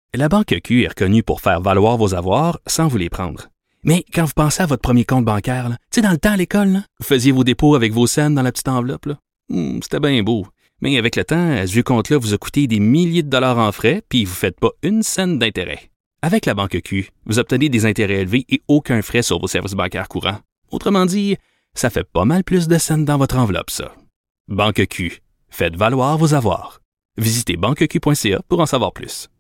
La Banque Q est reconnue pour faire valoir vos avoirs sans vous les prendre. Mais quand vous pensez à votre premier compte bancaire, tu sais, dans le temps à l'école, là, vous faisiez vos dépôts avec vos scènes dans la petite enveloppe. Là. C'était bien beau. Mais avec le temps, ce vieux compte-là vous a coûté des milliers de dollars en frais, puis vous ne faites pas une scène d'intérêt. Avec la Banque Q, vous obtenez des intérêts élevés et aucun frais sur vos services bancaires courants. Autrement dit, ça fait pas mal plus de scènes dans votre enveloppe, ça. Banque Q. Faites valoir vos avoirs. Visitez banqueq.ca pour en savoir plus.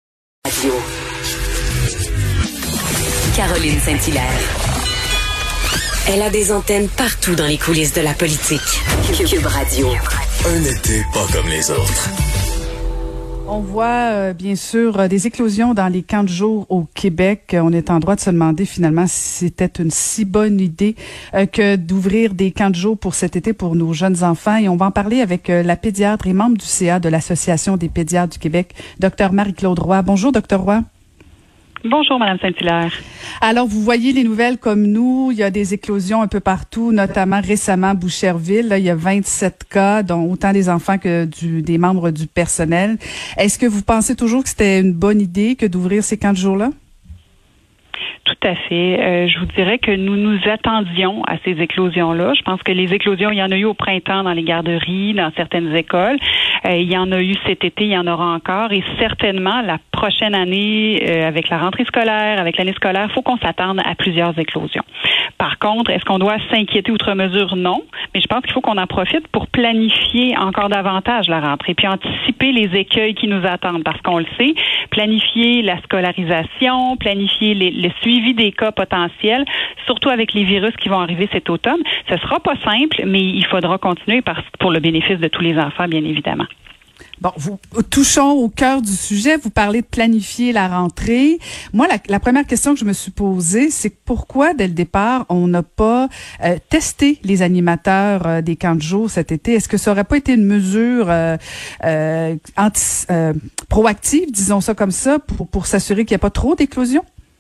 Caroline Saint-Hilaire. Elle a des antennes partout dans les coulisses de la politique. Cube Radio. Un été pas comme les autres. On voit bien sûr des éclosions dans les camps de jour au Québec. On est en droit de se demander finalement si c'était une si bonne idée que d'ouvrir des camps de jour pour cet été pour nos jeunes enfants. Et on va en parler avec la pédiatre et membre du CA de l'Association des pédiatres du Québec, Dr Marie-Claude Roy. Bonjour, Dr Roy. Bonjour, Madame Saint-Hilaire. Alors, vous voyez les nouvelles comme nous. Il y a des éclosions un peu partout, notamment récemment à Boucherville. Là, il y a 27 cas, dont autant des enfants que des membres du personnel. Est-ce que vous pensez toujours que c'était une bonne idée que d'ouvrir ces camps de jour-là? Tout à fait. Je vous dirais que nous nous attendions à ces éclosions-là. Je pense que les éclosions, il y en a eu au printemps dans les garderies, dans certaines écoles. Il y en a eu cet été, il y en aura encore. Et certainement, la prochaine année, avec la rentrée scolaire, avec l'année scolaire, il faut qu'on s'attende à plusieurs éclosions. Par contre, est-ce qu'on doit s'inquiéter outre mesure? Non. Mais je pense qu'il faut qu'on en profite pour planifier encore davantage la rentrée, puis anticiper les écueils qui nous attendent. Parce qu'on le sait, planifier la scolarisation, planifier le suivi des cas potentiels, surtout avec les virus qui vont arriver cet automne. Ce sera pas simple, mais il faudra continuer pour le bénéfice de tous les enfants, bien évidemment. Bon, touchons au cœur du sujet. Vous parlez de planifier la rentrée. Moi, la première question que je me suis posée, c'est pourquoi, dès le départ, on n'a pas testé les animateurs des camps de jour cet été? Est-ce que ça aurait pas été une mesure proactive, disons ça comme ça, pour s'assurer qu'il n'y a pas trop d'éclosions?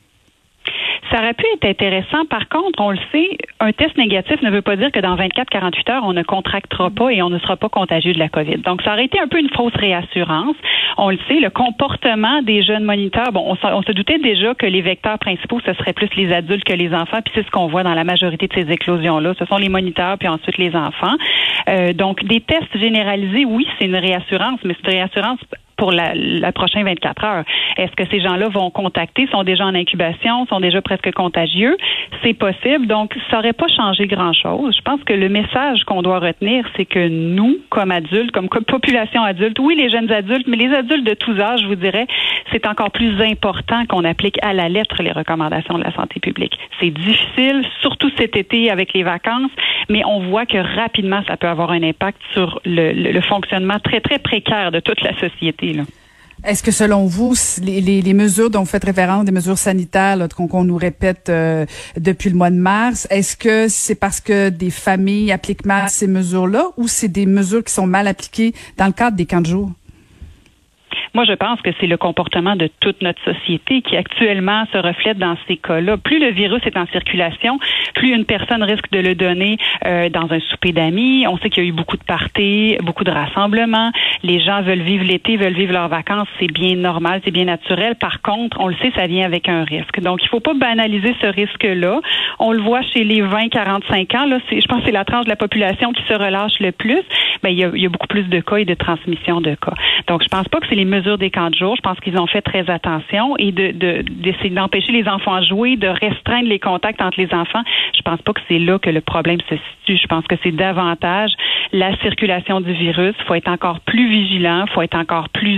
Ça aurait pu être intéressant. Par contre, on le sait, un test négatif ne veut pas dire que dans 24-48 heures, on ne contractera pas et on ne sera pas contagieux de la COVID. Donc, ça aurait été un peu une fausse réassurance. On le sait, le comportement des jeunes moniteurs, on se doutait déjà que les vecteurs principaux, ce serait plus les adultes que les enfants, puis c'est ce qu'on voit dans la majorité de ces éclosions-là. Ce sont les moniteurs, puis ensuite les enfants. Donc, des tests généralisés, oui, c'est une réassurance, mais c'est une réassurance pour la prochaine 24 heures. Est-ce que ces gens-là vont contacter, sont déjà en incubation, sont déjà presque contagieux? C'est possible. Donc, ça n'aurait pas changé grand-chose. Je pense que le message qu'on doit retenir, c'est que nous, comme adultes, comme population adulte, oui, les jeunes adultes, mais les adultes de tous âges, je vous dirais, c'est encore plus important qu'on applique à la lettre les recommandations de la santé publique. C'est difficile, surtout cet été avec les vacances, mais on voit que rapidement, ça peut avoir un impact sur le fonctionnement très, très précaire de toute la société. Là. Est-ce que selon vous, les mesures dont vous faites référence, des mesures sanitaires là, qu'on nous répète depuis le mois de mars, est-ce que c'est parce que des familles appliquent mal ces mesures-là ou c'est des mesures qui sont mal appliquées dans le cadre des camps de jour? Moi, je pense que c'est le comportement de toute notre société qui actuellement se reflète dans ces cas-là. Plus le virus est en circulation, plus une personne risque de le donner dans un souper d'amis. On sait qu'il y a eu beaucoup de parties, beaucoup de rassemblements. Les gens veulent vivre l'été, veulent vivre leurs vacances. C'est bien normal, c'est bien naturel. Par contre, on le sait, ça vient avec un risque. Donc, il faut pas banaliser ce risque-là. On le voit chez les 20-45 ans. Là, je pense que c'est la tranche de la population qui se relâche le plus. Ben, il y a beaucoup plus de cas et de transmission de cas. Donc, je pense pas que c'est les mesures des camps de jour. Je pense qu'ils ont fait très attention et d'essayer d'empêcher les enfants de jouer, de restreindre les contacts entre les enfants. Je pense pas que c'est là que le problème se situe. Je pense que c'est davantage la circulation du virus. Il faut être encore plus vigilant, il faut être encore plus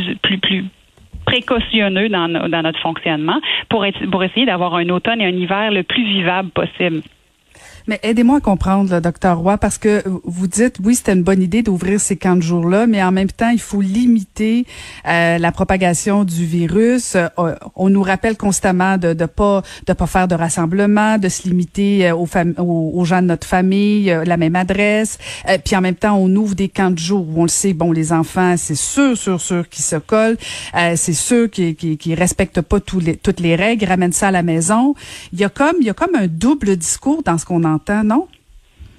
précautionneux dans notre fonctionnement pour essayer d'avoir un automne et un hiver le plus vivable possible. Mais aidez-moi à comprendre, là, Dr Roy, parce que vous dites, oui, c'était une bonne idée d'ouvrir ces camps de jour-là, mais en même temps, il faut limiter la propagation du virus. On nous rappelle constamment de pas faire de rassemblement, de se limiter aux gens de notre famille, la même adresse. Puis en même temps, on ouvre des camps de jour où on le sait, bon, les enfants, c'est sûr qui se collent, c'est sûr qui respectent pas toutes les règles, ramènent ça à la maison. Il y a comme un double discours dans ce qu'on entend, non?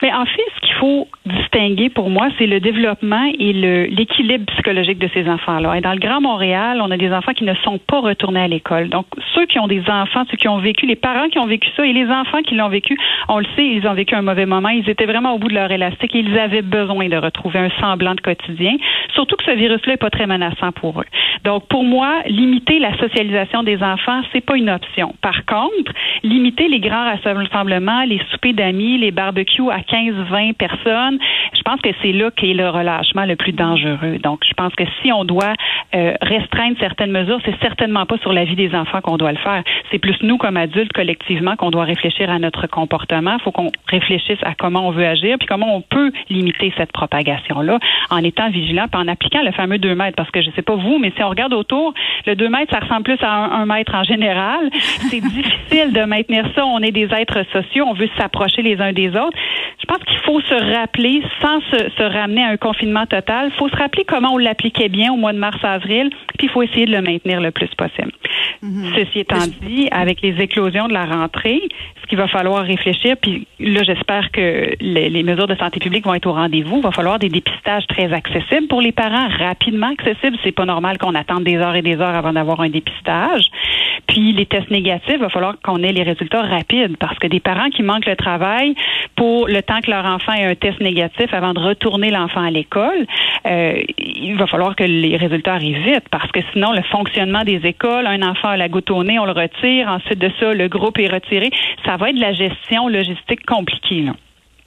Mais en fait, ce qu'il faut distinguer pour moi, c'est le développement et l'équilibre psychologique de ces enfants-là. Et dans le Grand Montréal, on a des enfants qui ne sont pas retournés à l'école. Donc, ceux qui ont des enfants, ceux qui ont vécu, les parents qui ont vécu ça et les enfants qui l'ont vécu, on le sait, ils ont vécu un mauvais moment. Ils étaient vraiment au bout de leur élastique et ils avaient besoin de retrouver un semblant de quotidien. Surtout que ce virus-là est pas très menaçant pour eux. Donc, pour moi, limiter la socialisation des enfants, c'est pas une option. Par contre, limiter les grands rassemblements, les soupers d'amis, les barbecues à 15-20 personnes, je pense que c'est là qu'est le relâchement le plus dangereux. Donc, je pense que si on doit restreindre certaines mesures, c'est certainement pas sur la vie des enfants qu'on doit le faire. C'est plus nous, comme adultes, collectivement, qu'on doit réfléchir à notre comportement. Il faut qu'on réfléchisse à comment on veut agir, puis comment on peut limiter cette propagation-là en étant vigilant, puis en appliquant le fameux 2 mètres. Parce que je sais pas vous, mais si on regarde autour, le 2 mètres, ça ressemble plus à 1 mètre en général. C'est difficile de maintenir ça. On est des êtres sociaux, on veut s'approcher les uns des autres. Je pense qu'il faut se rappeler, sans se ramener à un confinement total, il faut se rappeler comment on l'appliquait bien au mois de mars-avril, puis il faut essayer de le maintenir le plus possible. Ceci étant dit, avec les éclosions de la rentrée, ce qu'il va falloir réfléchir, puis là, j'espère que les mesures de santé publique vont être au rendez-vous. Il va falloir des dépistages très accessibles pour les parents, rapidement accessibles. C'est pas normal qu'on attende des heures et des heures avant d'avoir un dépistage. Puis les tests négatifs, il va falloir qu'on ait les résultats rapides parce que des parents qui manquent le travail pour le temps que leur enfant ait un test négatif avant de retourner l'enfant à l'école, il va falloir que les résultats arrivent vite parce que sinon, le fonctionnement des écoles, un enfant a la goutte au nez, on le retire, ensuite de ça, le groupe est retiré. Ça va être de la gestion logistique compliquée, là.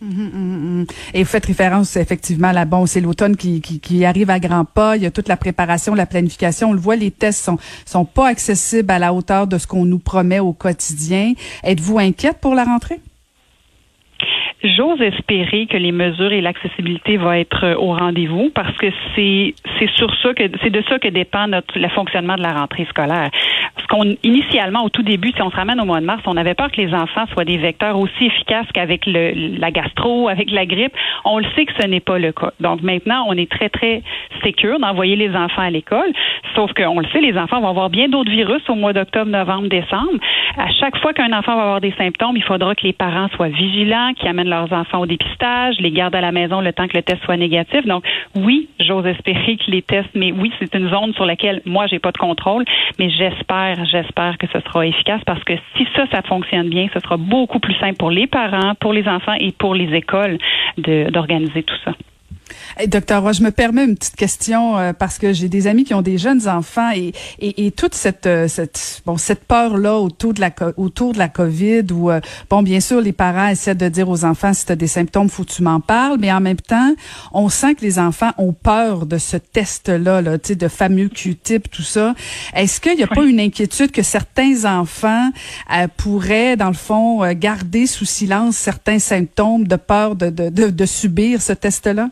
Et vous faites référence effectivement là, bon, c'est l'automne qui arrive à grands pas. Il y a toute la préparation, la planification. On le voit, les tests sont pas accessibles à la hauteur de ce qu'on nous promet au quotidien. Êtes-vous inquiète pour la rentrée? J'ose espérer que les mesures et l'accessibilité vont être au rendez-vous parce que c'est de ça que dépend le fonctionnement de la rentrée scolaire. Parce qu'on initialement au tout début, si on se ramène au mois de mars, on avait peur que les enfants soient des vecteurs aussi efficaces qu'avec la gastro, avec la grippe. On le sait que ce n'est pas le cas. Donc maintenant, on est très très sécure d'envoyer les enfants à l'école. Sauf qu'on le sait, les enfants vont avoir bien d'autres virus au mois d'octobre, novembre, décembre. À chaque fois qu'un enfant va avoir des symptômes, il faudra que les parents soient vigilants, qu'ils amènent leurs enfants au dépistage, les gardent à la maison le temps que le test soit négatif. Donc, oui, j'ose espérer que les tests, mais oui, c'est une zone sur laquelle moi, j'ai pas de contrôle, mais j'espère que ce sera efficace parce que si ça fonctionne bien, ce sera beaucoup plus simple pour les parents, pour les enfants et pour les écoles d'organiser tout ça. Hey, Docteur Roy, je me permets une petite question parce que j'ai des amis qui ont des jeunes enfants et toute cette peur là autour de la COVID où bon, bien sûr les parents essaient de dire aux enfants si tu as des symptômes, faut que tu m'en parles, mais en même temps, on sent que les enfants ont peur de ce test là, tu sais, de fameux Q-tip, tout ça. Est-ce qu'il y a pas une inquiétude que certains enfants pourraient dans le fond garder sous silence certains symptômes de peur de subir ce test là?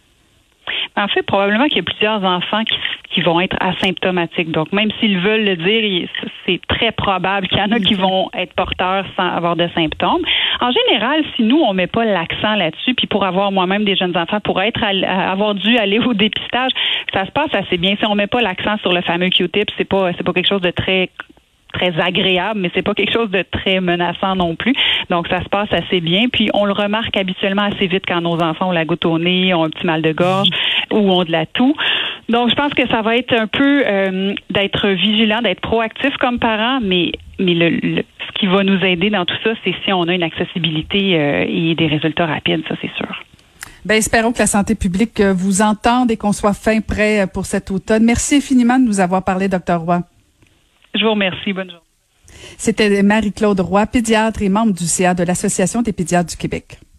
En fait, probablement qu'il y a plusieurs enfants qui vont être asymptomatiques. Donc, même s'ils veulent le dire, c'est très probable qu'il y en a qui vont être porteurs sans avoir de symptômes. En général, si nous, on met pas l'accent là-dessus, puis pour avoir moi-même des jeunes enfants, pour avoir dû aller au dépistage, ça se passe assez bien. Si on met pas l'accent sur le fameux Q-tip, c'est pas quelque chose de très agréable, mais c'est pas quelque chose de très menaçant non plus. Donc, ça se passe assez bien. Puis, on le remarque habituellement assez vite quand nos enfants ont la goutte au nez, ont un petit mal de gorge ou ont de la toux. Donc, je pense que ça va être un peu d'être vigilant, d'être proactif comme parents, mais ce qui va nous aider dans tout ça, c'est si on a une accessibilité et des résultats rapides, ça, c'est sûr. Ben, espérons que la santé publique vous entende et qu'on soit fin prêt pour cet automne. Merci infiniment de nous avoir parlé, Dr. Roy. Je vous remercie. Bonne journée. C'était Marie-Claude Roy, pédiatre et membre du CA de l'Association des pédiatres du Québec.